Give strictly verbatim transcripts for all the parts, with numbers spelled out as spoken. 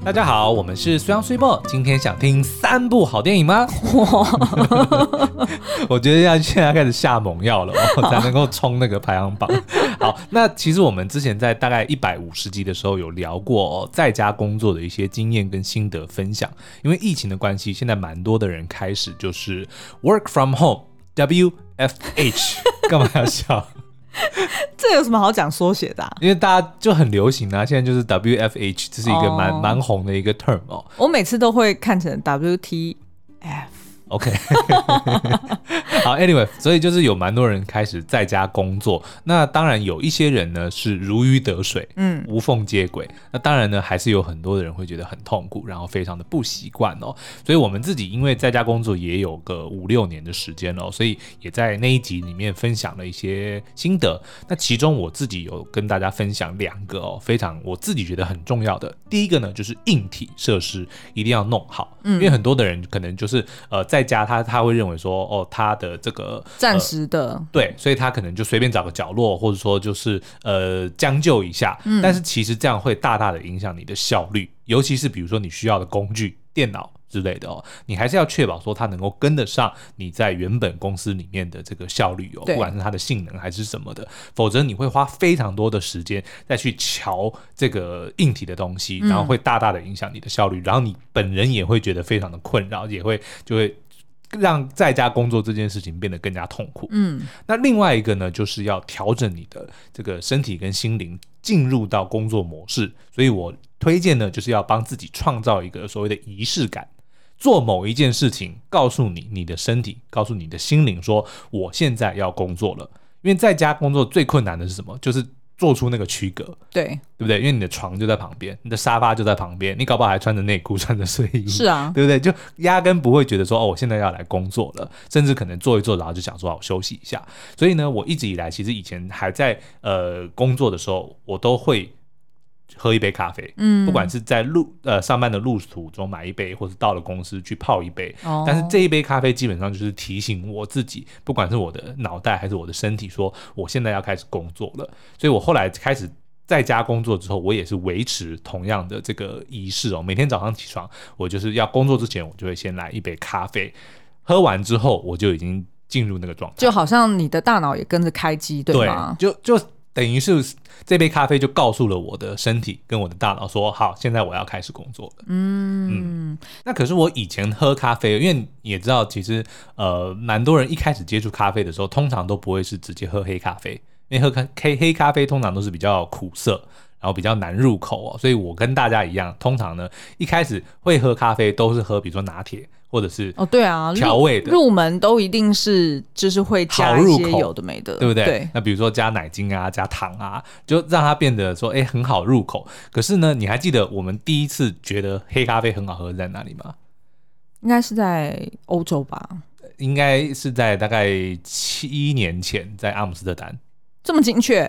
大家好，我们是虽阳虽报，今天想听三部好电影吗？我觉得要现在开始下猛药了、哦、才能够冲那个排行榜。好，那其实我们之前在大概一百五十集的时候有聊过、哦、在家工作的一些经验跟心得分享。因为疫情的关系，现在蛮多的人开始就是 work from home W F H 干嘛要笑？ 这有什么好讲缩写的、啊？ 因为大家就很流行啊，现在就是 W F H， 这是一个蛮蛮、oh. 红的一个 term 哦。 我每次都会看成 W T F。OK， 好 ，Anyway， 所以就是有蛮多人开始在家工作。那当然有一些人呢是如鱼得水，嗯，无缝接轨。那当然呢，还是有很多的人会觉得很痛苦，然后非常的不习惯哦。所以我们自己因为在家工作也有个五六年的时间哦，所以也在那一集里面分享了一些心得。那其中我自己有跟大家分享两个哦，非常我自己觉得很重要的。第一个呢，就是硬体设施一定要弄好，嗯、因为很多的人可能就是呃在在家 他, 他会认为说哦，他的这个暂时的、呃、 对，所以他可能就随便找个角落，或者说就是呃将就一下、嗯、但是其实这样会大大的影响你的效率，尤其是比如说你需要的工具电脑之类的哦，你还是要确保说它能够跟得上你在原本公司里面的这个效率哦，不管是它的性能还是什么的，否则你会花非常多的时间再去瞧这个硬体的东西，然后会大大的影响你的效率、嗯、然后你本人也会觉得非常的困扰，也会就会让在家工作这件事情变得更加痛苦。嗯，那另外一个呢，就是要调整你的这个身体跟心灵进入到工作模式，所以我推荐呢，就是要帮自己创造一个所谓的仪式感。做某一件事情，告诉你你的身体，告诉你的心灵说我现在要工作了。因为在家工作最困难的是什么？就是做出那个区隔， 对对不对？因为你的床就在旁边，你的沙发就在旁边，你搞不好还穿着内裤穿着睡衣， 是啊， 对不对？就压根不会觉得说哦，我现在要来工作了，甚至可能做一做然后就想说好休息一下。所以呢，我一直以来其实以前还在呃工作的时候，我都会喝一杯咖啡，嗯，不管是在路呃上班的路途中买一杯，或是到了公司去泡一杯、哦、但是这一杯咖啡基本上就是提醒我自己，不管是我的脑袋还是我的身体，说我现在要开始工作了。所以我后来开始在家工作之后，我也是维持同样的这个仪式哦。每天早上起床，我就是要工作之前，我就会先来一杯咖啡，喝完之后我就已经进入那个状态， 就好像你的大脑也跟着开机，对吗？ 对，就就等于是这杯咖啡就告诉了我的身体跟我的大脑说，好，现在我要开始工作了。嗯, 嗯那可是我以前喝咖啡，因为你也知道，其实呃，蛮多人一开始接触咖啡的时候，通常都不会是直接喝黑咖啡，因为喝黑黑咖啡通常都是比较苦涩，然后比较难入口哦。所以我跟大家一样，通常呢一开始会喝咖啡都是喝比如说拿铁或者是哦，对啊，调味的 入, 入门都一定是就是会加一些有的没的， 对不对？ 对， 那比如说加奶精啊，加糖啊，就让它变得说哎很好入口。可是呢，你还记得我们第一次觉得黑咖啡很好喝在哪里吗？ 应该是在欧洲吧？ 应该是在大概七年前，在阿姆斯特丹。 这么精确？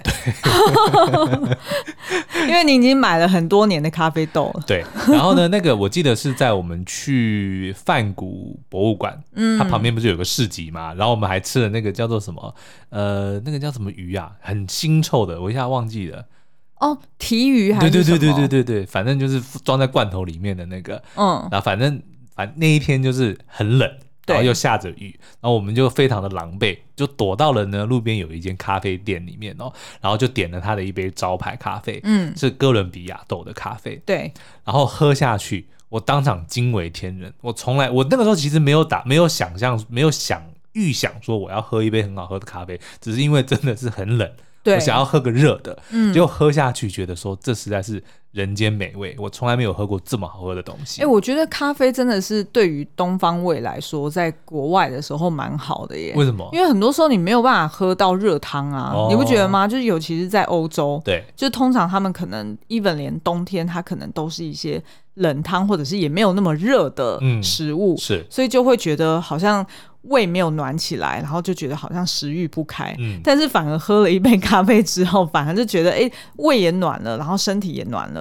因为你已经买了很多年的咖啡豆了。 对，然后呢，那个我记得是在我们去梵谷博物馆，嗯，它旁边不是有个市集嘛，然后我们还吃了那个叫做什么，呃，那个叫什么鱼啊，很腥臭的，我一下忘记了。 哦，提鱼还是什么？ 对对对对对对对，反正就是装在罐头里面的那个，嗯，然后反正反正那一天就是很冷。然后又下着雨，然后我们就非常的狼狈，就躲到了呢路边有一间咖啡店里面哦，然后就点了他的一杯招牌咖啡，嗯，是哥伦比亚豆的咖啡， 对， 然后喝下去，我当场惊为天人。我从来，我那个时候其实没有打，没有想象，没有想预想说我要喝一杯很好喝的咖啡，只是因为真的是很冷，我想要喝个热的，嗯，结果喝下去觉得说这实在是人间美味，我从来没有喝过这么好喝的东西。 欸，我觉得咖啡真的是对于东方胃来说，在国外的时候蛮好的耶。 为什么？ 因为很多时候你没有办法喝到热汤啊，哦，你不觉得吗？就是尤其是在欧洲， 对， 就通常他们可能 even 连冬天，它可能都是一些冷汤，或者是也没有那么热的食物，嗯，是，所以就会觉得好像胃没有暖起来，然后就觉得好像食欲不开，嗯，但是反而喝了一杯咖啡之后，反而就觉得哎，胃也暖了，然后身体也暖了，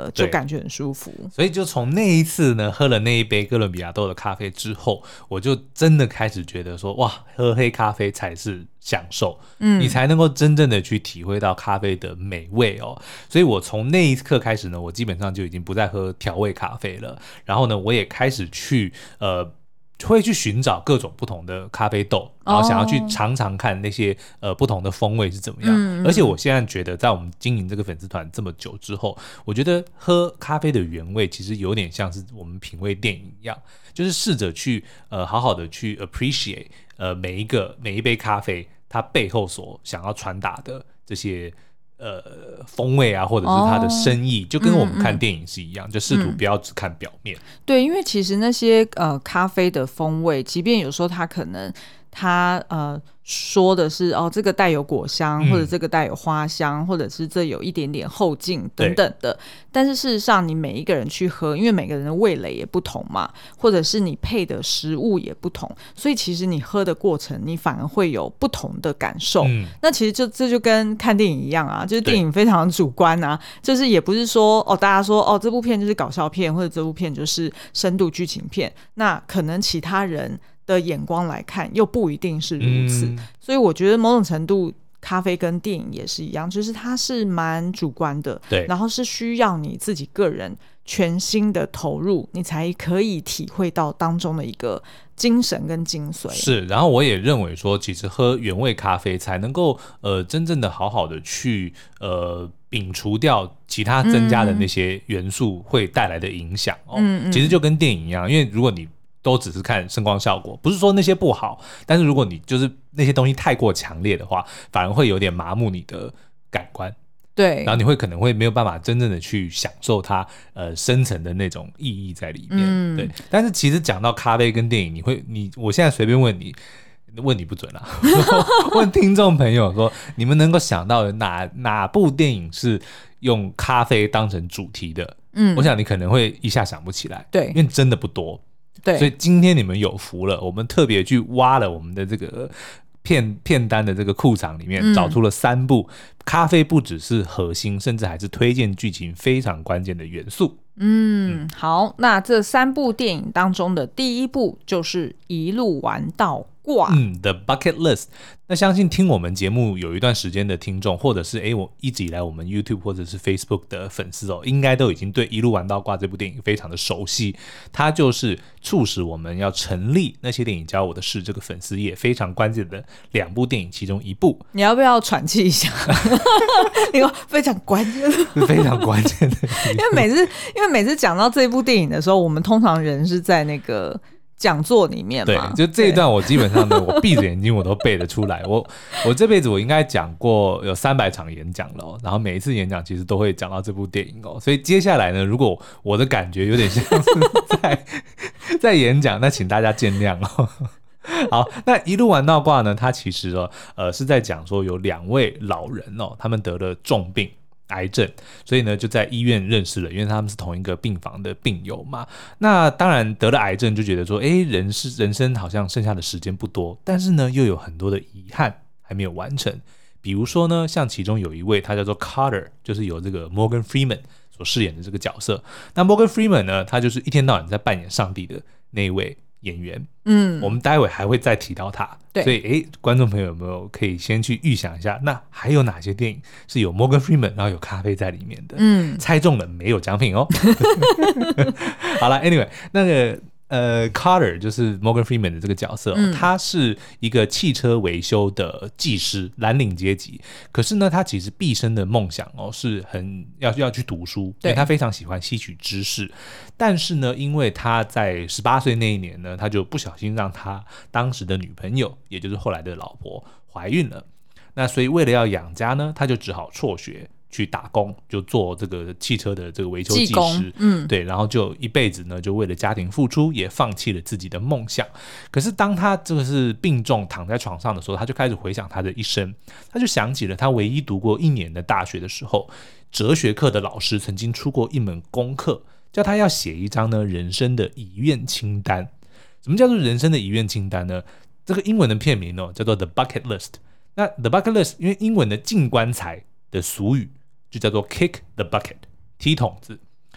了，就感觉很舒服。 所以就从那一次呢，喝了那一杯哥伦比亚豆的咖啡之后，我就真的开始觉得说，哇，喝黑咖啡才是享受，嗯，你才能够真正的去体会到咖啡的美味哦。所以我从那一刻开始呢，我基本上就已经不再喝调味咖啡了。然后呢，我也开始去呃。会去寻找各种不同的咖啡豆，然后想要去尝尝看那些、哦、呃不同的风味是怎么样、嗯、而且我现在觉得在我们经营这个粉丝团这么久之后，我觉得喝咖啡的原味其实有点像是我们品味电影一样，就是试着去呃好好的去 appreciate 呃每一个每一杯咖啡它背后所想要传达的这些呃，风味啊，或者是它的深意、哦、就跟我们看电影是一样、嗯、就试图不要只看表面、嗯、 对，因为其实那些呃咖啡的风味，即便有时候它可能它呃说的是哦这个带有果香、嗯、或者这个带有花香，或者是这有一点点后劲等等的，但是事实上你每一个人去喝，因为每个人的味蕾也不同嘛，或者是你配的食物也不同，所以其实你喝的过程你反而会有不同的感受、嗯、那其实就这就跟看电影一样啊，就是电影非常主观啊，就是也不是说哦大家说哦这部片就是搞笑片，或者这部片就是深度剧情片，那可能其他人的眼光来看又不一定是如此、嗯、所以我觉得某种程度咖啡跟电影也是一样，就是它是蛮主观的， 对， 然后是需要你自己个人全心的投入，你才可以体会到当中的一个精神跟精髓。 是，然后我也认为说其实喝原味咖啡才能够呃真正的好好的去呃摒除掉其他增加的那些元素会带来的影响哦、嗯嗯，其实就跟电影一样，因为如果你都只是看声光效果，不是说那些不好，但是如果你就是那些东西太过强烈的话，反而会有点麻木你的感官， 对， 然后你会可能会没有办法真正的去享受它呃深层的那种意义在里面、嗯、对。但是其实讲到咖啡跟电影，你会你我现在随便问你问你不准啦问听众朋友说你们能够想到的哪哪部电影是用咖啡当成主题的，嗯，我想你可能会一下想不起来， 对， 因为真的不多，对，所以今天你们有福了，我们特别去挖了我们的这个片片单的这个库场里面、嗯、找出了三部咖啡不只是核心，甚至还是推荐剧情非常关键的元素。 嗯，好，那这三部电影当中的第一部就是一路玩到挂， 嗯 The Bucket List。 那相信听我们节目有一段时间的听众，或者是诶我一直以来我们 YouTube 或者是 Facebook 的粉丝哦，应该都已经对一路玩到挂这部电影非常的熟悉，它就是促使我们要成立那些电影教我的事这个粉丝页非常关键的两部电影其中一部。 你要不要喘气一下因为非常关键的非常关键的因为每次因为每次讲到这部电影的时候，我们通常人是在那个讲座里面嘛， 对，就这一段我基本上呢我闭着眼睛我都背得出来我我这辈子我应该讲过有三百场演讲了、哦、然后每一次演讲其实都会讲到这部电影哦，所以接下来呢如果我的感觉有点像是在在演讲，那请大家见谅哦好，那一路玩到挂呢，它其实哦呃是在讲说有两位老人哦，他们得了重病癌症，所以呢就在医院认识了，因为他们是同一个病房的病友嘛。那当然得了癌症就觉得说诶人是人生好像剩下的时间不多，但是呢又有很多的遗憾还没有完成。比如说呢像其中有一位他叫做 Carter， 就是由这个 Morgan Freeman 所饰演的这个角色。那 Morgan Freeman 呢他就是一天到晚在扮演上帝的那一位演员，嗯，我们待会还会再提到他，对，所以诶观众朋友有没有可以先去预想一下，那还有哪些电影是有 Morgan Freeman 然后有咖啡在里面的，嗯，猜中了没有奖品哦好了 anyway 那个呃 Carter 就是 Morgan Freeman 的这个角色、哦嗯、他是一个汽车维修的技师，蓝领阶级，可是呢他其实毕生的梦想哦是很要要去读书，因为他非常喜欢吸取知识，但是呢因为他在十八岁那一年呢他就不小心让他当时的女朋友也就是后来的老婆怀孕了，那所以为了要养家呢他就只好辍学去打工，就做这个汽车的这个维修技师，嗯，对，然后就一辈子呢就为了家庭付出，也放弃了自己的梦想。可是当他这个是病重躺在床上的时候，他就开始回想他的一生，他就想起了他唯一读过一年的大学的时候，哲学课的老师曾经出过一门功课，叫他要写一张呢人生的遗愿清单。什么叫做人生的遗愿清单呢？这个英文的片名哦叫做 The Bucket List。那 The Bucket List 因为英文的进棺材的俗语就叫做 kick the bucket， 踢桶子，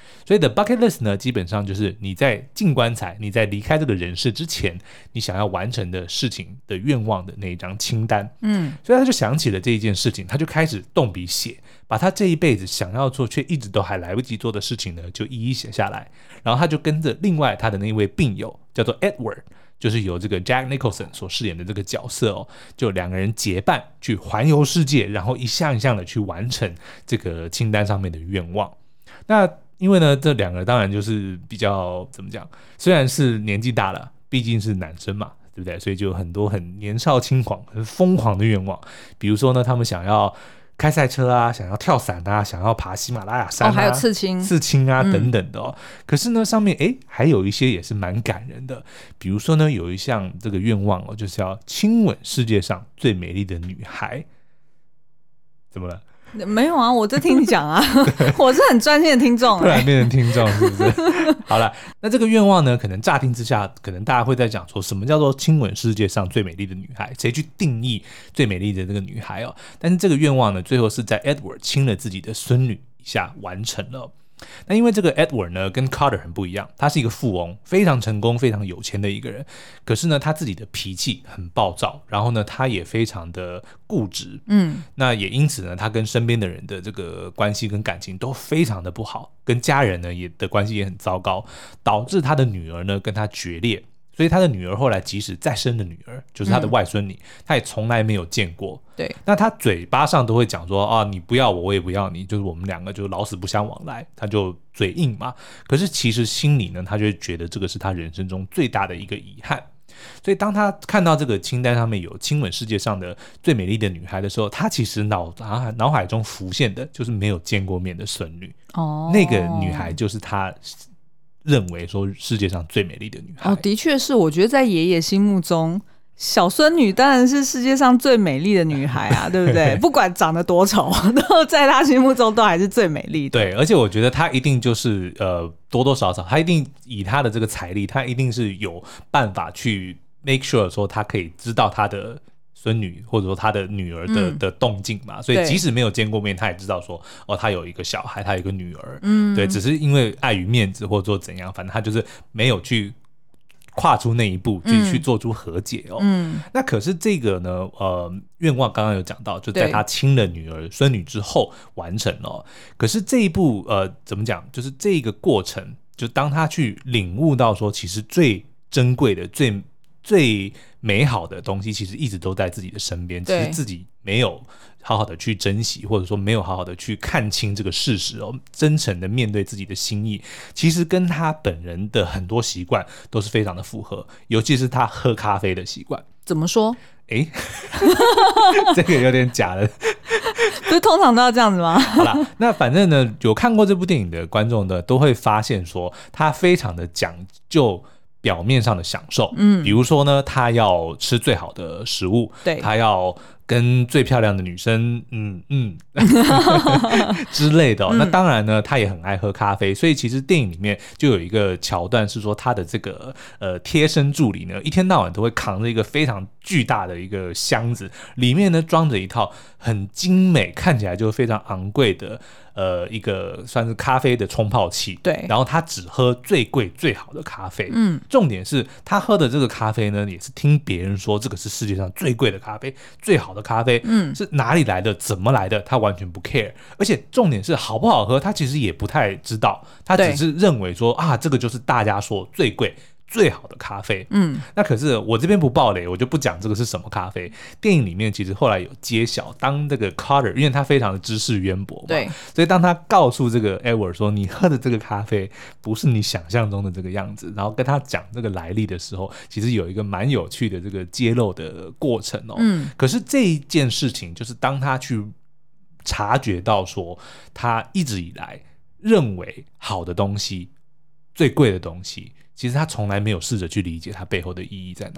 所以 The Bucket List 呢，基本上就是你在进棺材，你在离开这个人世之前，你想要完成的事情的愿望的那一张清单。嗯，所以他就想起了这一件事情，他就开始动笔写，把他这一辈子想要做却一直都还来不及做的事情呢，就一一写下来。然后他就跟着另外他的那位病友叫做 Edward， 就是由这个 Jack Nicholson 所饰演的这个角色哦，就两个人结伴去环游世界，然后一项一项的去完成这个清单上面的愿望。那因为呢，这两个当然就是比较怎么讲，虽然是年纪大了，毕竟是男生嘛，对不对？所以就有很多很年少轻狂、很疯狂的愿望，比如说呢，他们想要开赛车啊，想要跳伞啊，想要爬喜马拉雅山啊， 哦，还有刺青、 刺青啊、嗯、等等的哦。可是呢，上面哎还有一些也是蛮感人的，比如说呢，有一项这个愿望哦，就是要亲吻世界上最美丽的女孩。怎么了？ 没有啊，我在听你讲啊，我是很专心的听众、欸， 突然变成听众是不是？好了，那这个愿望呢，可能乍听之下，可能大家会在讲说什么叫做亲吻世界上最美丽的女孩？谁去定义最美丽的这个女孩哦？但是这个愿望呢，最后是在 Edward 亲了自己的孙女以下完成了。那因为这个 Edward 呢跟 Carter 很不一样，他是一个富翁，非常成功非常有钱的一个人，可是呢他自己的脾气很暴躁，然后呢他也非常的固执，嗯，那也因此呢他跟身边的人的这个关系跟感情都非常的不好，跟家人呢也的关系也很糟糕，导致他的女儿呢跟他决裂。所以他的女儿后来即使再生的女儿，就是他的外孙女、嗯、他也从来没有见过。 对， 那他嘴巴上都会讲说啊，你不要我，我也不要你，就是我们两个就老死不相往来，他就嘴硬嘛。可是其实心里呢，他就会觉得这个是他人生中最大的一个遗憾。所以当他看到这个清单上面有亲吻世界上的最美丽的女孩的时候，他其实脑脑海中浮现的就是没有见过面的孙女。哦，那个女孩就是他认为说世界上最美丽的女孩。 哦，的确是，我觉得在爷爷心目中，小孙女当然是世界上最美丽的女孩啊，对不对？不管长得多丑，都在他心目中都还是最美丽的。 对，而且我觉得他一定就是呃多多少少，他一定以他的这个财力，他一定是有办法去 make sure 说他可以知道他的孙女或者说他的女儿的、嗯、的动静嘛，所以即使没有见过面，他也知道说哦，他有一个小孩，他有一个女儿，嗯，对，只是因为碍于面子或者说怎样，反正他就是没有去跨出那一步，去、嗯、去做出和解哦。嗯，那可是这个呢，呃，愿望刚刚有讲到，就在他亲了女儿、孙女之后完成了、哦。可是这一步，呃，怎么讲？就是这个过程，就当他去领悟到说，其实最珍贵的、最最美好的东西其实一直都在自己的身边，其实自己没有好好的去珍惜，或者说没有好好的去看清这个事实哦，真诚的面对自己的心意，其实跟他本人的很多习惯都是非常的符合，尤其是他喝咖啡的习惯。 怎么说？ 诶这个有点假了不是通常都要这样子吗？ 好啦，那反正呢，有看过这部电影的观众呢，都会发现说他非常的讲究表面上的享受，嗯，比如说呢，他要吃最好的食物，对，他要跟最漂亮的女生，嗯嗯之类的、哦嗯。那当然呢，他也很爱喝咖啡，所以其实电影里面就有一个桥段是说，他的这个呃贴身助理呢，一天到晚都会扛着一个非常巨大的一个箱子，里面呢装着一套很精美、看起来就非常昂贵的呃一个算是咖啡的冲泡器。对，然后他只喝最贵最好的咖啡。嗯，重点是他喝的这个咖啡呢，也是听别人说这个是世界上最贵的咖啡，最好的咖啡，嗯，是哪里来的，怎么来的，他完全不 care。而且重点是好不好喝，他其实也不太知道，他只是认为说啊，这个就是大家说最贵最好的咖啡。嗯，那可是我这边不爆雷，我就不讲这个是什么咖啡。电影里面其实后来有揭晓，当这个 Carter 因为他非常的知识渊博嘛，对，所以当他告诉这个 Edward 说你喝的这个咖啡不是你想象中的这个样子，然后跟他讲这个来历的时候，其实有一个蛮有趣的这个揭露的过程哦。嗯，可是这一件事情就是当他去察觉到说他一直以来认为好的东西最贵的东西，其实他从来没有试着去理解它背后的意义在哪里。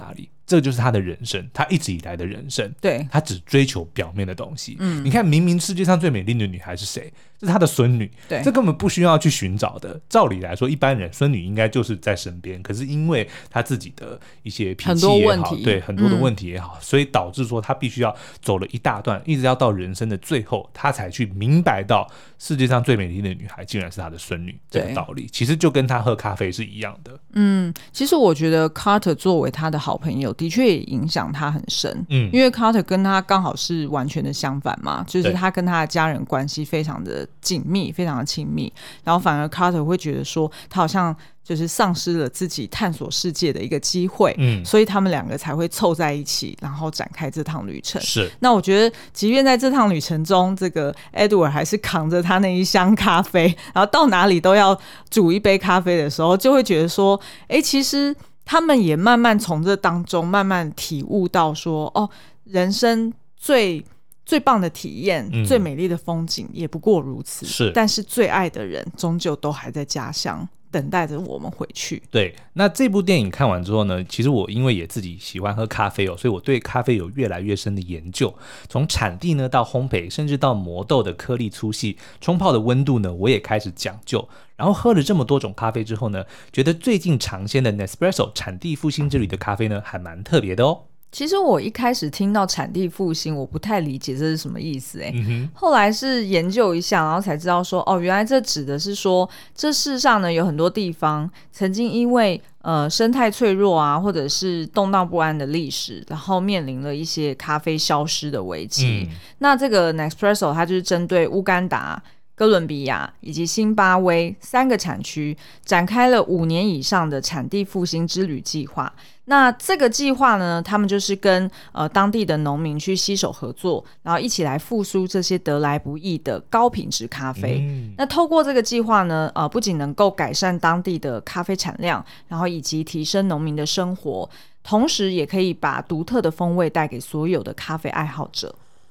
这就是他的人生，他一直以来的人生。 对， 他只追求表面的东西。 嗯， 你看，明明世界上最美丽的女孩是谁？是他的孙女。 对， 这根本不需要去寻找的。照理来说，一般人孙女应该就是在身边，可是因为他自己的一些脾气也好，对很多的问题也好、嗯，所以导致说他必须要走了一大段，一直要到人生的最后，他才去明白到世界上最美丽的女孩竟然是他的孙女这个道理。其实就跟他喝咖啡是一样的。 嗯，其实我觉得 Carter 作为他的好朋友，的确也影响他很深。嗯，因为 Carter 跟他刚好是完全的相反嘛，就是他跟他的家人关系非常的紧密，非常的亲密，然后反而 Carter 会觉得说他好像就是丧失了自己探索世界的一个机会。嗯，所以他们两个才会凑在一起，然后展开这趟旅程。 是，那我觉得即便在这趟旅程中，这个 Edward 还是扛着他那一箱咖啡，然后到哪里都要煮一杯咖啡的时候，就会觉得说哎，其实他们也慢慢从这当中慢慢体悟到说，哦，人生最最棒的体验、嗯、最美丽的风景也不过如此。 是， 但是最爱的人终究都还在家乡等待着我们回去。 对，那这部电影看完之后呢，其实我因为也自己喜欢喝咖啡哦，所以我对咖啡有越来越深的研究。从产地呢到烘焙，甚至到磨豆的颗粒粗细、冲泡的温度呢，我也开始讲究。然后喝了这么多种咖啡之后呢，觉得最近尝鲜的 Nespresso 产地复兴之旅的咖啡呢，还蛮特别的哦。 其实我一开始听到产地复兴，我不太理解这是什么意思、欸嗯、后来是研究一下，然后才知道说，哦，原来这指的是说，这世上呢有很多地方曾经因为呃生态脆弱啊，或者是动荡不安的历史，然后面临了一些咖啡消失的危机、嗯、那这个 Nespresso 它就是针对乌干达、哥伦比亚以及辛巴威三个产区展开了五年以上的产地复兴之旅计划。那这个计划呢，他们就是跟呃当地的农民去携手合作，然后一起来复苏这些得来不易的高品质咖啡、嗯、那透过这个计划呢，呃，不仅能够改善当地的咖啡产量，然后以及提升农民的生活，同时也可以把独特的风味带给所有的咖啡爱好者。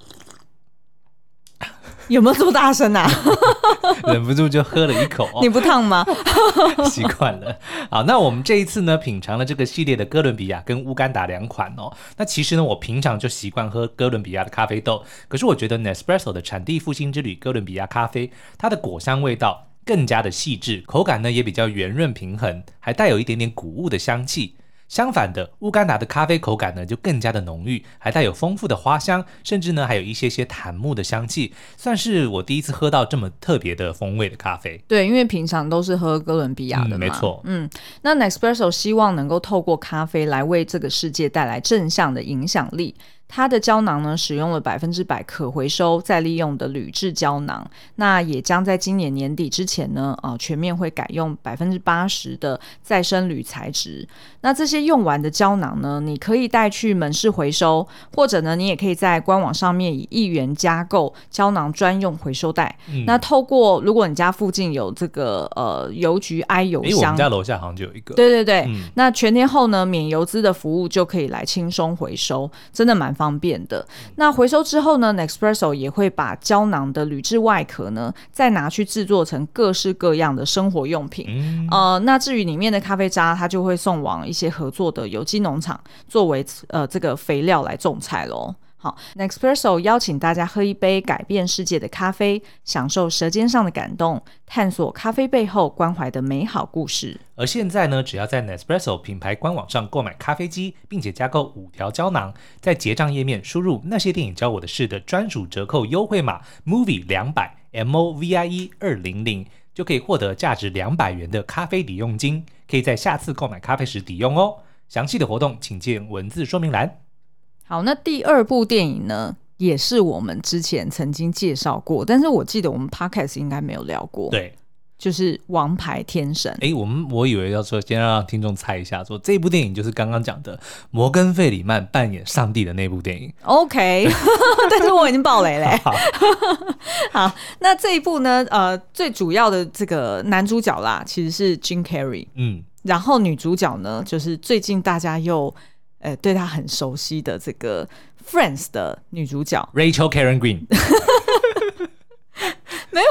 有没有这么大声啊？ 忍不住就喝了一口、哦、 你不烫吗？ 习惯了。好，那我们这一次呢品尝了这个系列的哥伦比亚跟乌干达两款哦。那其实呢我平常就习惯喝哥伦比亚的咖啡豆，可是我觉得 Nespresso 的产地复兴之旅哥伦比亚咖啡，它的果香味道更加的细致，口感呢也比较圆润平衡，还带有一点点谷物的香气。相反的，乌干达的咖啡口感呢就更加的浓郁，还带有丰富的花香，甚至呢还有一些些檀木的香气，算是我第一次喝到这么特别的风味的咖啡。 对，因为平常都是喝哥伦比亚的嘛、 嗯、没错。 嗯，那 Nespresso 希望能够透过咖啡来为这个世界带来正向的影响力。它的胶囊呢，使用了百分之百可回收再利用的铝制胶囊，那也将在今年年底之前呢，呃，全面会改用百分之八十的再生铝材质。那这些用完的胶囊呢，你可以带去门市回收，或者呢，你也可以在官网上面以一元加购胶囊专用回收袋。嗯、那透过如果你家附近有这个呃邮局 I 邮箱， 诶，我们家楼下好像就有一个。 对对对， 嗯、 那全年后呢，免邮资的服务就可以来轻松回收，真的蛮方便的。那回收之后呢 Nespresso 也会把胶囊的铝制外壳呢再拿去制作成各式各样的生活用品、嗯、呃，那至于里面的咖啡渣，它就会送往一些合作的有机农场作为呃这个肥料来种菜咯。好 Nespresso 邀请大家喝一杯改变世界的咖啡，享受舌尖上的感动，探索咖啡背后关怀的美好故事。 而现在呢，只要在 Nespresso 品牌官网上购买咖啡机，并且加购五条胶囊，在结账页面输入那些电影教我的事的专属折扣优惠码 movie 两百 M O V I E 二零零，就可以获得价值两百元的咖啡抵用金，可以在下次购买咖啡时抵用哦。详细的活动请见文字说明栏。 好，那第二部电影呢，也是我们之前曾经介绍过，但是我记得我们 Podcast 应该没有聊过。 对， 就是王牌天神。 诶，我们我以为要说先让听众猜一下，说这部电影就是刚刚讲的摩根费里曼扮演上帝的那部电影。 OK 但是我已经爆雷了好, 好，那这一部呢呃，最主要的这个男主角啦其实是 Jim Carrey， 嗯，然后女主角呢就是最近大家又呃对她很熟悉的这个 Friends 的女主角 Rachel Karen Green 没有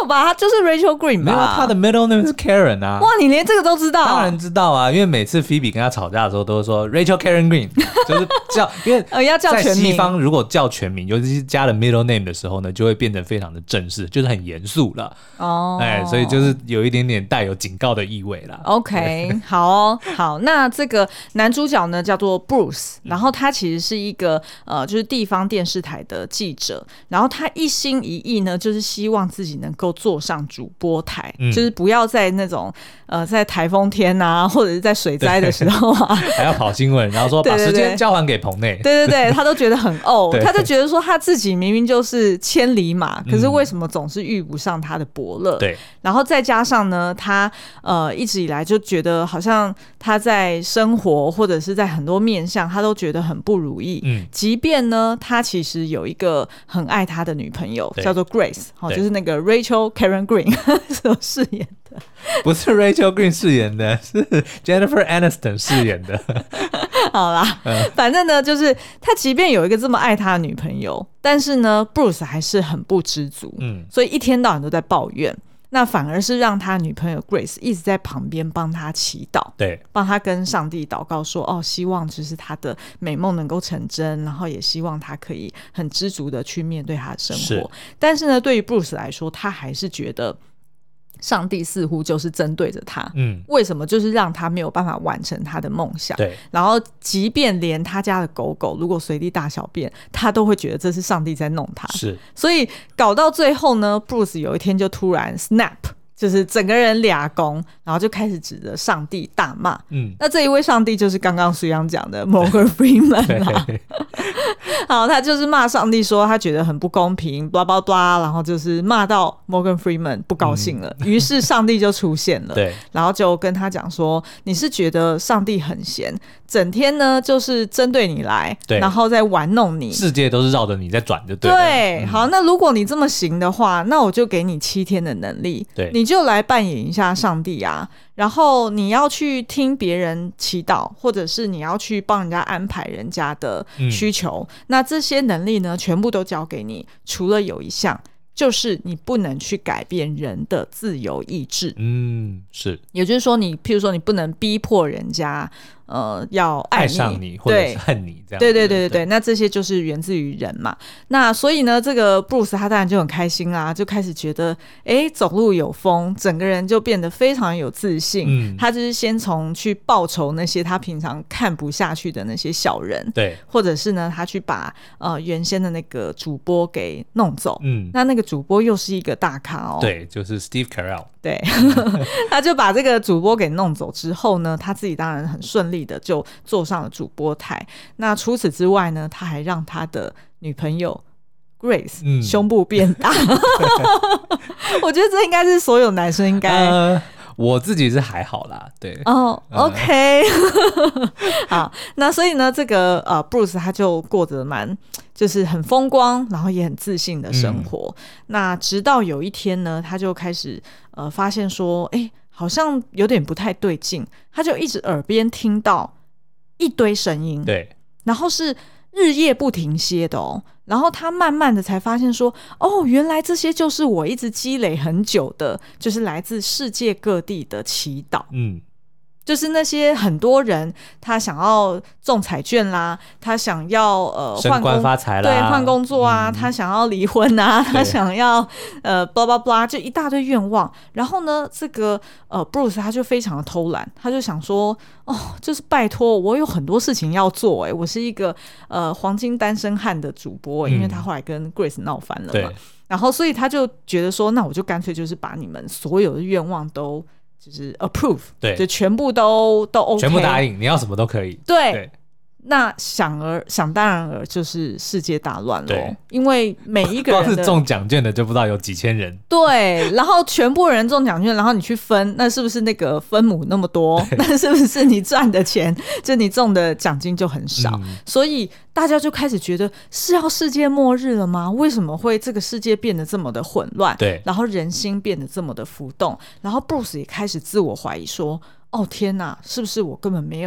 有吧？他就是 Rachel Green 吧？ 没有，他的 middle name 是 Karen 啊。 哇，你连这个都知道？ 当然知道啊，因为每次 Phoebe 跟他吵架的时候都会说 Rachel Karen Green， 就是叫，因为呃要叫全名。 在西方如果叫全名，尤其是加了 middle name 的时候呢，就会变得非常的正式，就是很严肃了。哦，哎，所以就是有一点点带有警告的意味啦。 OK， 好哦，好，那这个男主角呢叫做 Bruce， 然后他其实是一个呃，就是地方电视台的记者，然后他一心一意呢，就是希望自己能够坐上主播台，嗯、就是不要在那种呃，在台风天啊，或者是在水灾的时候啊， 还要跑新闻，然后说把时间交还给棚内， 对对对，他都觉得很怄，他就觉得说他自己明明就是千里马，可是为什么总是遇不上他的伯乐？对，然后再加上呢，他呃一直以来就觉得好像他在生活或者是在很多面向，他都觉得很不如意。嗯，即便呢，他其实有一个很爱他的女朋友，叫做 Grace， 哦，就是那个 Rachel Karen Green 所饰演的。 不是 Rachel Green 饰演的，是 Jennifer Aniston 饰演的。 好啦，嗯、反正呢，就是他即便有一个这么爱他的女朋友，但是呢 ，Bruce 还是很不知足，嗯，所以一天到晚都在抱怨。那反而是让他女朋友 Grace 一直在旁边帮他祈祷，对，帮他跟上帝祷告说，哦，希望就是他的美梦能够成真，然后也希望他可以很知足的去面对他的生活。但是呢，对于 Bruce 来说，他还是觉得上帝似乎就是针对着他，嗯，为什么就是让他没有办法完成他的梦想？对，然后即便连他家的狗狗如果随地大小便，他都会觉得这是上帝在弄他，是，所以搞到最后呢 ，Bruce 有一天就突然 snap。就是整个人俩公，然后就开始指着上帝大骂。嗯，那这一位上帝就是刚刚苏央讲的 Morgan Freeman 啦。好，他就是骂上帝说他觉得很不公平 blah blah blah， 然后就是骂到 Morgan Freeman 不高兴了，嗯、于是上帝就出现了，对，然后就跟他讲说，你是觉得上帝很闲，整天呢就是针对你来，然后再玩弄你， 世界都是绕着你在转就对了。 对，嗯、好，那如果你这么行的话，那我就给你七天的能力，对，你就来扮演一下上帝啊，然后你要去听别人祈祷，或者是你要去帮人家安排人家的需求，嗯、那这些能力呢全部都交给你，除了有一项就是你不能去改变人的自由意志。嗯，是，也就是说你譬如说你不能逼迫人家呃，要爱, 爱上你或者是恨你这样。 对对对对对，那这些就是源自于人嘛。那所以呢，这个 Bruce 他当然就很开心啦，就开始觉得哎，走路有风，整个人就变得非常有自信。嗯，他就是先从去报仇那些他平常看不下去的那些小人，对，或者是呢，他去把呃原先的那个主播给弄走。嗯，那那个主播又是一个大咖哦， 对，就是 Steve Carell。 对，他就把这个主播给弄走之后呢，他自己当然很顺利的就坐上了主播台。那除此之外呢，他还让他的女朋友 Grace、嗯、胸部变大。我觉得这应该是所有男生应该、呃、 我自己是还好啦，对哦、oh, OK 好，那所以呢这个呃 Bruce 他就过得蛮就是很风光，然后也很自信的生活、嗯、那直到有一天呢，他就开始呃发现说哎，好像有点不太对劲，他就一直耳边听到一堆声音，对，然后是日夜不停歇的哦，然后他慢慢的才发现说，哦，原来这些就是我一直积累很久的，就是来自世界各地的祈祷。嗯，就是那些很多人他想要中彩券啦，他想要呃升官发财啦， 对，换工作啊、嗯、他想要离婚啊，他想要呃 blah blah blah， 就一大堆愿望。然后呢这个呃 Bruce 他就非常的偷懒，他就想说哦，就是拜托我有很多事情要做，欸，我是一个呃黄金单身汉的主播，因为他后来跟 Grace 闹翻了嘛，然后所以他就觉得说，那我就干脆就是把你们所有的愿望都就是 approve， 对，就全部都都 OK， 全部答应，你要什么都可以。 对，对，那想而想当然而就是世界大乱了，因为每一个人的光是中奖券的就不知道有几千人， 对，然后全部人中奖券，然后你去分，那是不是那个分母那么多？那是不是你赚的钱，就你中的奖金就很少？嗯、所以大家就开始觉得是要世界末日了吗？为什么会这个世界变得这么的混乱？对，然后人心变得这么的浮动，然后 Bruce 也开始自我怀疑说：“哦天哪，是不是我根本没有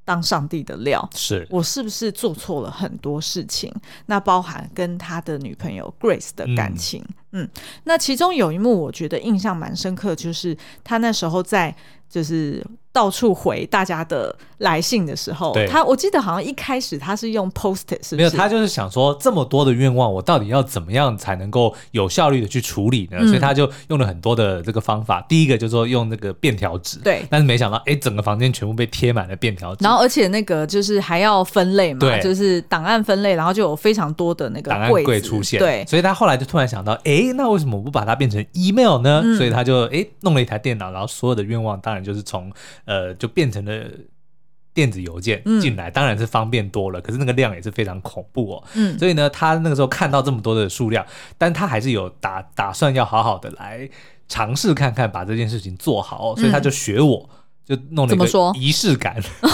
当上帝的料， 是我是不是做错了很多事情？那包含跟他的女朋友 Grace 的感情。嗯, 嗯那其中有一幕我觉得印象蛮深刻，就是他那时候在就是到处回大家的来信的时候，他我记得好像一开始他是用 post-it， 是不是？ 没有，他就是想说这么多的愿望，我到底要怎么样才能够有效率的去处理呢？嗯、所以他就用了很多的这个方法。第一个就是说用那个便条纸， 对， 但是没想到，哎，整个房间全部被贴满了便条纸， 然后而且那个就是还要分类嘛，对，就是档案分类，然后就有非常多的那个档案柜出现， 对， 所以他后来就突然想到，哎，那为什么不把它变成 email 呢？嗯、所以他就哎弄了一台电脑，然后所有的愿望当然就是从呃就变成了电子邮件进来、嗯、当然是方便多了，可是那个量也是非常恐怖哦。嗯，所以呢他那个时候看到这么多的数量，但他还是有打打算要好好的来尝试看看把这件事情做好、哦、所以他就学我、嗯就弄了一个仪式感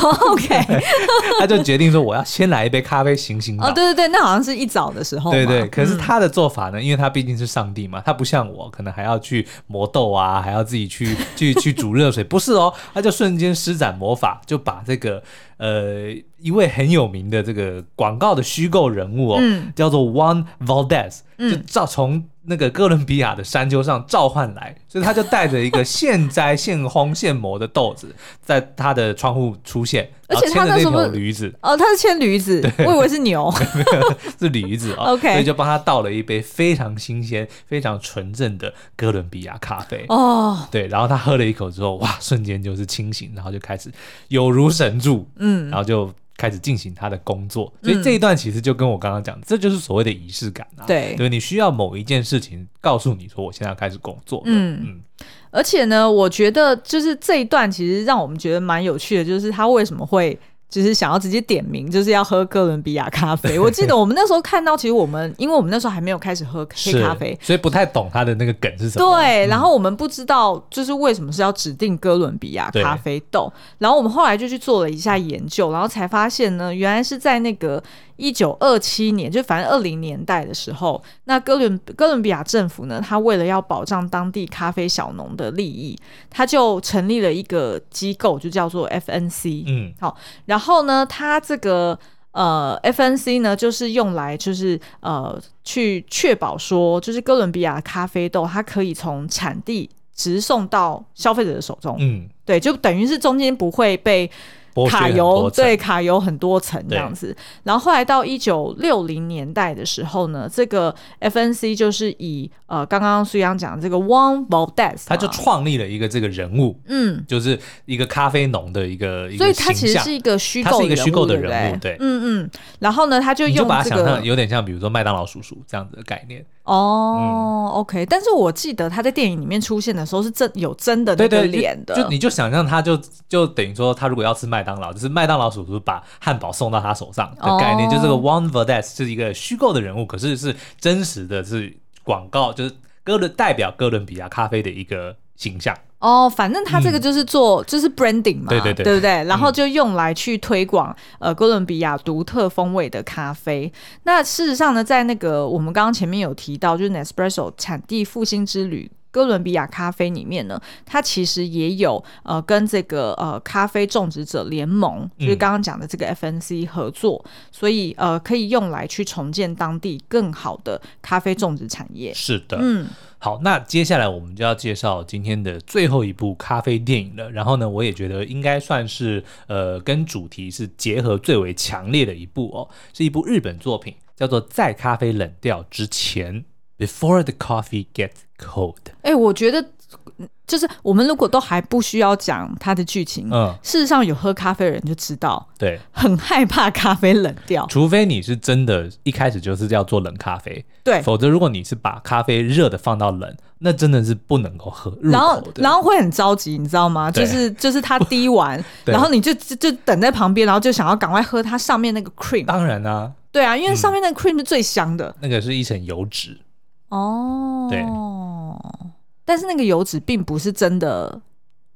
OK 他就决定说我要先来一杯咖啡醒醒脑。 哦，对对对，那好像是一早的时候嘛。 对对，可是他的做法呢、嗯、因为他毕竟是上帝嘛，他不像我可能还要去磨豆啊，还要自己去去去煮热水，不是哦，他就瞬间施展魔法，就把这个呃一位很有名的这个广告的虚构人物哦、嗯、叫做 Juan Valdez、嗯、就照从那个哥伦比亚的山丘上召唤来，所以他就带着一个现摘现烘现磨的豆子在他的窗户出现， 而且他那时候牵着那条驴子哦，他是牵驴子，我以为是牛是驴子哦，OK， 所以就帮他倒了一杯非常新鲜非常纯正的哥伦比亚咖啡哦，对，然后他喝了一口之后，哇，瞬间就是清醒，然后就开始有如神助，嗯，然后就开始进行他的工作，所以这一段其实就跟我刚刚讲的、嗯、这就是所谓的仪式感啊， 对， 对，你需要某一件事情告诉你说我现在要开始工作了，嗯嗯， 而且呢我觉得就是这一段其实让我们觉得蛮有趣的，就是他为什么会就是想要直接点名就是要喝哥伦比亚咖啡我记得我们那时候看到，其实我们因为我们那时候还没有开始喝黑咖啡， 所以不太懂他的那个梗是什么， 对、嗯、然后我们不知道就是为什么是要指定哥伦比亚咖啡豆，然后我们后来就去做了一下研究，然后才发现呢原来是在那个一九二七年，就反正二零年代的时候，那哥伦哥伦比亚政府呢，他为了要保障当地咖啡小农的利益，他就成立了一个机构，就叫做 F N C。嗯，好，然后呢，他这个呃 F N C 呢，就是用来就是呃去确保说，就是哥伦比亚咖啡豆它可以从产地直送到消费者的手中。嗯，对，就等于是中间不会被卡油，对，卡油很多层这样子。然后后来到一九六零年代的时候呢，这个 F N C 就是以呃刚刚苏央讲这个 Juan Valdez， 他就创立了一个这个人物，嗯，就是一个咖啡农的一个一个形象，所以他其实是一个虚构的人物，他是一个虚构的人物， 对， 嗯嗯。然后呢，他就用、这个、 你就把它想象有点像，比如说麦当劳叔叔这样子的概念。 哦、嗯、，OK， 但是我记得他在电影里面出现的时候是真有真的那个脸的， 对对，就, 就你就想象他就就等于说他如果要吃麦当劳，就是麦当劳叔叔把汉堡送到他手上的概念，哦、就这个 Juan Valdez 是一个虚构的人物，可是是真实的，是广告，就是哥伦代表哥伦比亚咖啡的一个形象。 哦，反正他这个就是做、嗯、就是 branding 嘛， 对对对， 对不对？然后就用来去推广、嗯、呃哥伦比亚独特风味的咖啡。那事实上呢，在那个我们刚刚前面有提到，就是 Nespresso 产地复兴之旅哥伦比亚咖啡里面呢，它其实也有呃跟这个呃咖啡种植者联盟，就是刚刚讲的这个 F N C 合作，嗯、所以呃可以用来去重建当地更好的咖啡种植产业。 是的，嗯。好，那接下来我们就要介绍今天的最后一部咖啡电影了。然后呢，我也觉得应该算是呃跟主题是结合最为强烈的一部哦，是一部日本作品，叫做《在咖啡冷掉之前》（Before the Coffee Gets Cold）。 哎，我觉得就是我们如果都还不需要讲它的剧情，嗯，事实上有喝咖啡的人就知道， 对， 很害怕咖啡冷掉， 除非你是真的一开始就是要做冷咖啡， 对， 否则如果你是把咖啡热的放到冷，那真的是不能够喝入口的， 然后然后会很着急，你知道吗？就是就是它滴完，然后你就就等在旁边，然后就想要赶快喝它上面那个 cream。 当然啊， 对啊，因为上面那个 cream 是最香的， 嗯、那个是一层油脂哦， 对。 但是那个油脂并不是真的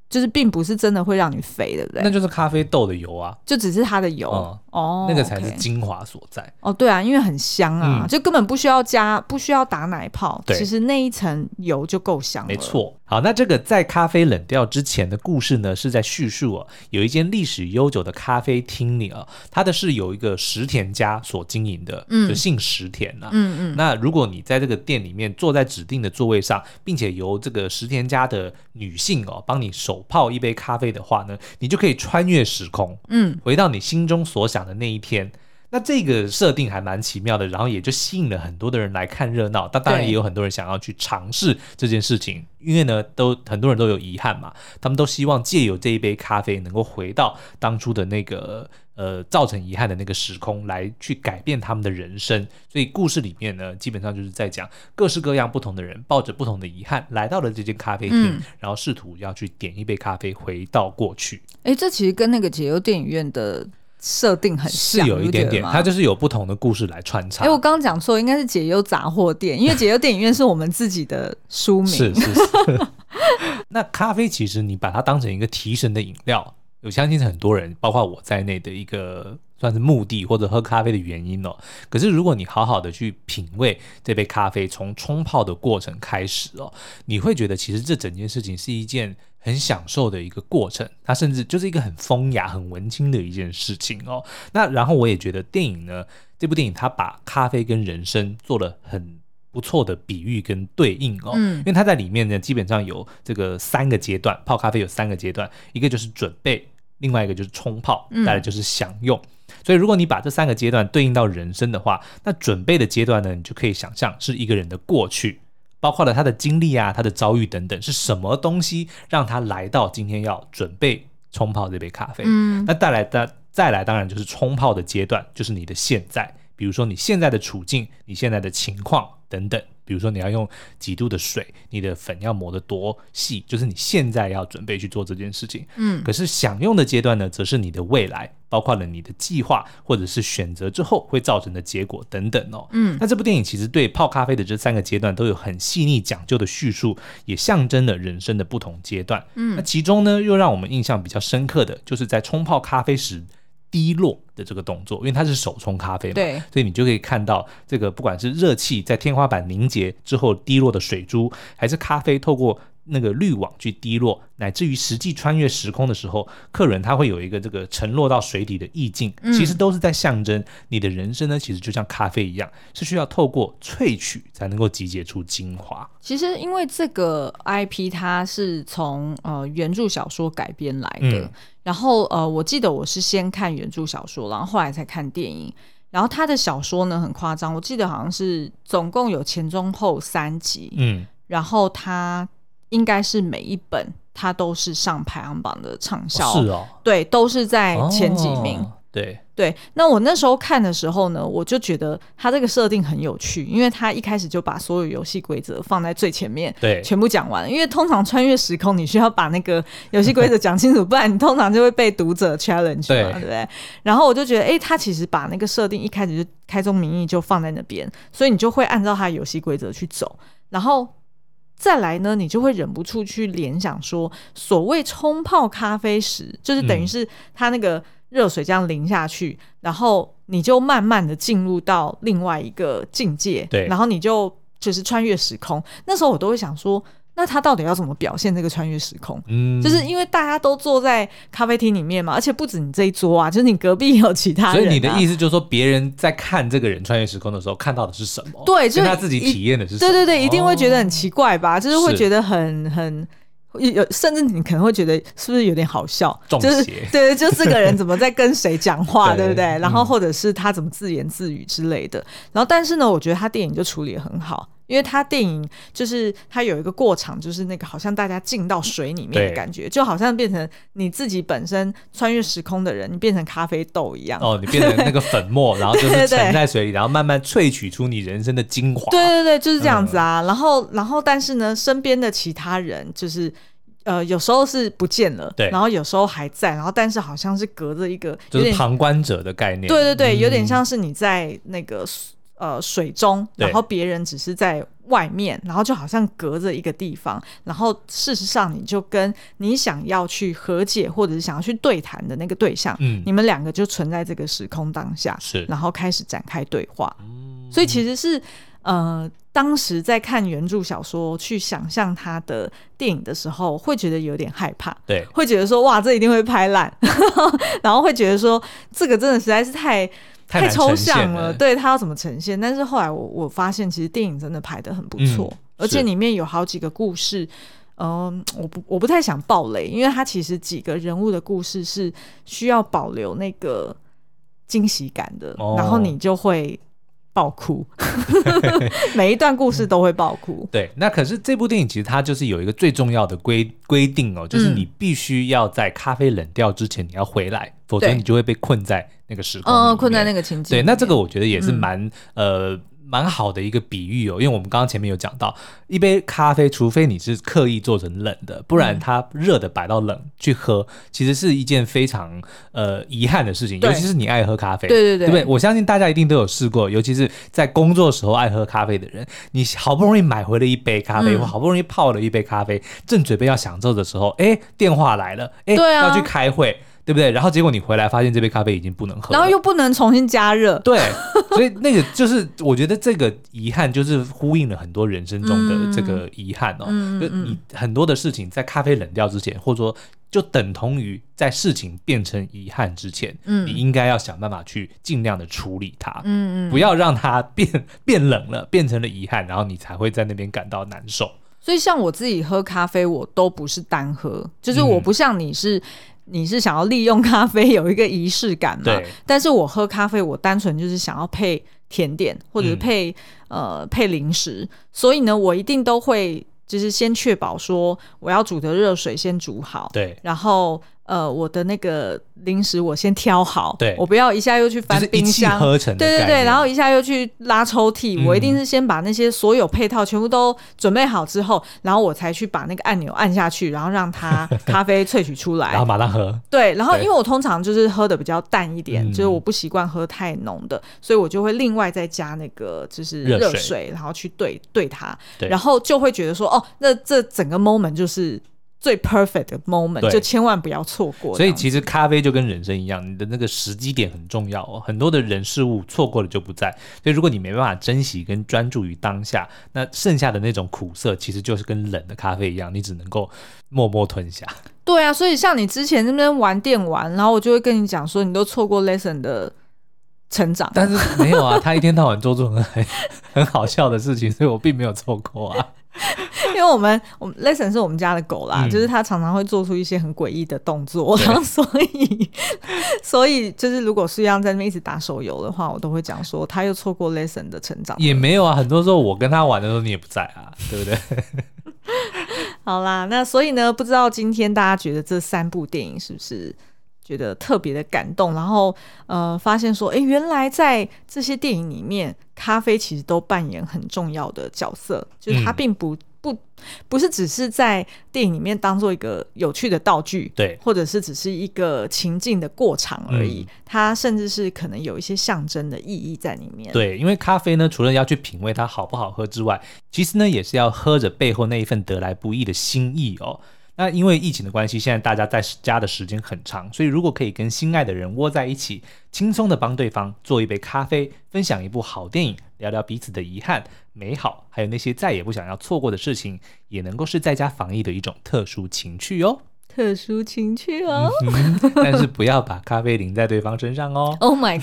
就是并不是真的会让你肥，对不对？ 那就是咖啡豆的油啊， 就只是它的油、 嗯、 哦， 那个才是精华所在。 哦，对啊，因为很香啊、 嗯、 就根本不需要加，不需要打奶泡，其实那一层油就够香了。 没错。好，那这个在咖啡冷掉之前的故事呢，是在叙述哦，有一间历史悠久的咖啡厅里啊，它的是有一个石田家所经营的，嗯、就姓石田啊。嗯嗯。那如果你在这个店里面坐在指定的座位上，并且由这个石田家的女性哦帮你手泡一杯咖啡的话呢，你就可以穿越时空，嗯，回到你心中所想的那一天。那这个设定还蛮奇妙的，然后也就吸引了很多的人来看热闹，但当然也有很多人想要去尝试这件事情，因为呢都很多人都有遗憾嘛，他们都希望借由这一杯咖啡能够回到当初的那个呃造成遗憾的那个时空，来去改变他们的人生。所以故事里面呢基本上就是在讲各式各样不同的人抱着不同的遗憾来到了这间咖啡厅、嗯、然后试图要去点一杯咖啡回到过去。 诶，这其实跟那个解忧电影院的设定很像， 是有一点点，它就是有不同的故事来穿插。 哎，我刚刚讲错，应该是解忧杂货店，因为解忧电影院是我们自己的书名。 是是是。那咖啡其实你把它当成一个提神的饮料，我相信是很多人，包括我在内的一个算是目的或者喝咖啡的原因哦。可是如果你好好的去品味这杯咖啡，从冲泡的过程开始哦，你会觉得其实这整件事情是一件很享受的一个过程，它甚至就是一个很风雅很文青的一件事情哦。那然后我也觉得电影呢，这部电影它把咖啡跟人生做了很不错的比喻跟对应哦、嗯、因为它在里面呢基本上有这个三个阶段，泡咖啡有三个阶段，一个就是准备，另外一个就是冲泡，再来就是享用、嗯、所以如果你把这三个阶段对应到人生的话，那准备的阶段呢，你就可以想象是一个人的过去，包括了他的经历啊，他的遭遇等等，是什么东西让他来到今天要准备冲泡这杯咖啡、嗯、那再来的再来当然就是冲泡的阶段，就是你的现在，比如说你现在的处境，你现在的情况等等，比如说你要用几度的水，你的粉要磨得多细，就是你现在要准备去做这件事情。嗯，可是享用的阶段呢，则是你的未来，包括了你的计划或者是选择之后会造成的结果等等哦。嗯，那这部电影其实对泡咖啡的这三个阶段都有很细腻讲究的叙述，也象征了人生的不同阶段。嗯，那其中呢，又让我们印象比较深刻的就是在冲泡咖啡时滴落的这个动作，因为它是手冲咖啡嘛，对，所以你就可以看到这个不管是热气在天花板凝结之后滴落的水珠，还是咖啡透过那个滤网去滴落，乃至于实际穿越时空的时候，客人他会有一个这个沉落到水底的意境、嗯、其实都是在象征你的人生呢，其实就像咖啡一样，是需要透过萃取才能够集结出精华。其实因为这个 I P 它是从呃原著小说改编来的、嗯、然后呃我记得我是先看原著小说，然后后来才看电影。然后他的小说呢很夸张，我记得好像是总共有前中后三集，嗯，然后他应该是每一本它都是上排行榜的畅销、哦、是哦，对，都是在前几名、哦、对对。那我那时候看的时候呢，我就觉得它这个设定很有趣，因为它一开始就把所有游戏规则放在最前面，对，全部讲完了。因为通常穿越时空你需要把那个游戏规则讲清楚不然你通常就会被读者 challenge 嘛， 对, 对不对？然后我就觉得哎，他其实把那个设定一开始就开宗明义就放在那边，所以你就会按照他的游戏规则去走，然后再来呢，你就会忍不住去联想说，所谓冲泡咖啡时，就是等于是它那个热水这样淋下去、嗯、然后你就慢慢的进入到另外一个境界，对，然后你就就是穿越时空。那时候我都会想说，那他到底要怎么表现这个穿越时空？嗯，就是因为大家都坐在咖啡厅里面嘛，而且不止你这一桌啊，就是你隔壁也有其他人、啊、所以你的意思就是说，别人在看这个人穿越时空的时候看到的是什么？对，就跟他自己体验的是什么？对对对，一定会觉得很奇怪吧？哦、就是会觉得很很。有甚至你可能会觉得是不是有点好笑，就是对，就这个人怎么在跟谁讲话对, 对不对、嗯、然后或者是他怎么自言自语之类的。然后但是呢我觉得他电影就处理得很好，因为他电影就是他有一个过场，就是那个好像大家进到水里面的感觉，就好像变成你自己本身穿越时空的人，你变成咖啡豆一样哦，你变成那个粉末然后就是沉在水里然后慢慢萃取出你人生的精华。对对对，就是这样子啊、嗯、然后然后但是呢身边的其他人就是呃，有时候是不见了，对，然后有时候还在，然后但是好像是隔着一个就是旁观者的概念，对对对、嗯、有点像是你在那个呃水中，然后别人只是在外面，然后就好像隔着一个地方，然后事实上你就跟你想要去和解或者是想要去对谈的那个对象、嗯、你们两个就存在这个时空当下， 是， 然后开始展开对话、嗯、所以其实是呃，当时在看原著小说去想象他的电影的时候会觉得有点害怕， 对， 会觉得说哇这一定会拍烂然后会觉得说这个真的实在是太太抽象了，对，他要怎么呈现。但是后来我我发现其实电影真的拍得很不错、嗯、而且里面有好几个故事嗯，我不我不太想爆雷，因为它其实几个人物的故事是需要保留那个惊喜感的、哦、然后你就会爆哭每一段故事都会爆哭。 对，那可是这部电影其实它就是有一个最重要的规规定哦，就是你必须要在咖啡冷掉之前你要回来、嗯、否则你就会被困在那个时空里面、 嗯、困在那个情境。 对，那这个我觉得也是蛮、嗯、呃蛮好的一个比喻哦，因为我们刚刚前面有讲到，一杯咖啡除非你是刻意做成冷的，不然它热的摆到冷去喝、嗯、其实是一件非常呃遗憾的事情，尤其是你爱喝咖啡， 对对对，对不对？ 我相信大家一定都有试过，尤其是在工作时候爱喝咖啡的人，你好不容易买回了一杯咖啡、嗯、或好不容易泡了一杯咖啡，正准备要享受的时候，哎，电话来了，哎、啊，要去开会，对不对？然后结果你回来发现这杯咖啡已经不能喝了， 然后又不能重新加热， 对，所以那个就是我觉得这个遗憾就是呼应了很多人生中的这个遗憾哦。嗯、就你很多的事情在咖啡冷掉之前，或者说就等同于在事情变成遗憾之前、嗯、你应该要想办法去尽量的处理它，嗯嗯，不要让它变变冷了，变成了遗憾，然后你才会在那边感到难受。 所以像我自己喝咖啡我都不是单喝，就是我不像你是、嗯你是想要利用咖啡有一个仪式感嘛？ 对。 但是我喝咖啡，我单纯就是想要配甜点，或者是配、嗯、呃配零食，所以呢，我一定都会就是先确保说我要煮的热水先煮好， 对， 然后呃我的那个零食我先挑好， 对， 我不要一下又去翻冰箱，就是一气呵成的概念， 对对对，然后一下又去拉抽屉、嗯、我一定是先把那些所有配套全部都准备好之后，然后我才去把那个按钮按下去，然后让它咖啡萃取出来然后马上喝， 对，然后因为我通常就是喝的比较淡一点，就是我不习惯喝太浓的，所以我就会另外再加那个就是热水, 热水然后去兑兑它，然后就会觉得说哦，那这整个 moment 就是最 perfect 的 moment， 就千万不要错过。 所以其实咖啡就跟人生一样，你的那个时机点很重要哦。很多的人事物错过了就不在，所以如果你没办法珍惜跟专注于当下，那剩下的那种苦涩其实就是跟冷的咖啡一样，你只能够默默吞下。 对啊，所以像你之前那边玩电玩，然后我就会跟你讲说你都错过 lesson 的成长， 但是没有啊，他一天到晚做出很很好笑的事情，所以我并没有错过啊。 因为我们我们 Lesson 是我们家的狗啦、嗯、就是他常常会做出一些很诡异的动作，然后所以所以就是如果苏央在那边一直打手游的话，我都会讲说他又错过 Lesson 的成长。 也没有啊，很多时候我跟他玩的时候你也不在啊，对不对？ 好啦，那所以呢，不知道今天大家觉得这三部电影是不是觉得特别的感动，然后呃，发现说哎，原来在这些电影里面咖啡其实都扮演很重要的角色，就是它并不、嗯、不不是只是在电影里面当做一个有趣的道具， 对， 或者是只是一个情境的过场而已、嗯、它甚至是可能有一些象征的意义在里面。 对，因为咖啡呢除了要去品味它好不好喝之外，其实呢也是要喝着背后那一份得来不易的心意哦。那因为疫情的关系，现在大家在家的时间很长，所以如果可以跟心爱的人窝在一起，轻松的帮对方做一杯咖啡，分享一部好电影，聊聊彼此的遗憾、美好，还有那些再也不想要错过的事情，也能够是在家防疫的一种特殊情趣哦。 特殊情趣哦、 嗯、但是不要把咖啡淋在对方身上哦。 Oh my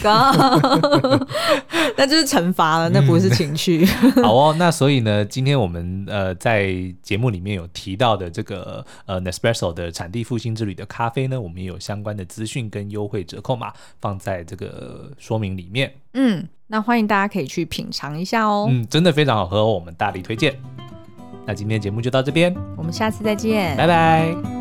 god 那就是惩罚了，那不是情趣、 嗯、好哦，那所以呢今天我们呃在节目里面有提到的这个呃 Nespresso 的产地复兴之旅的咖啡呢，我们也有相关的资讯跟优惠折扣码放在这个说明里面。 嗯，那欢迎大家可以去品尝一下哦。 嗯，真的非常好喝哦，我们大力推荐。那今天节目就到这边， 我们下次再见， 拜拜。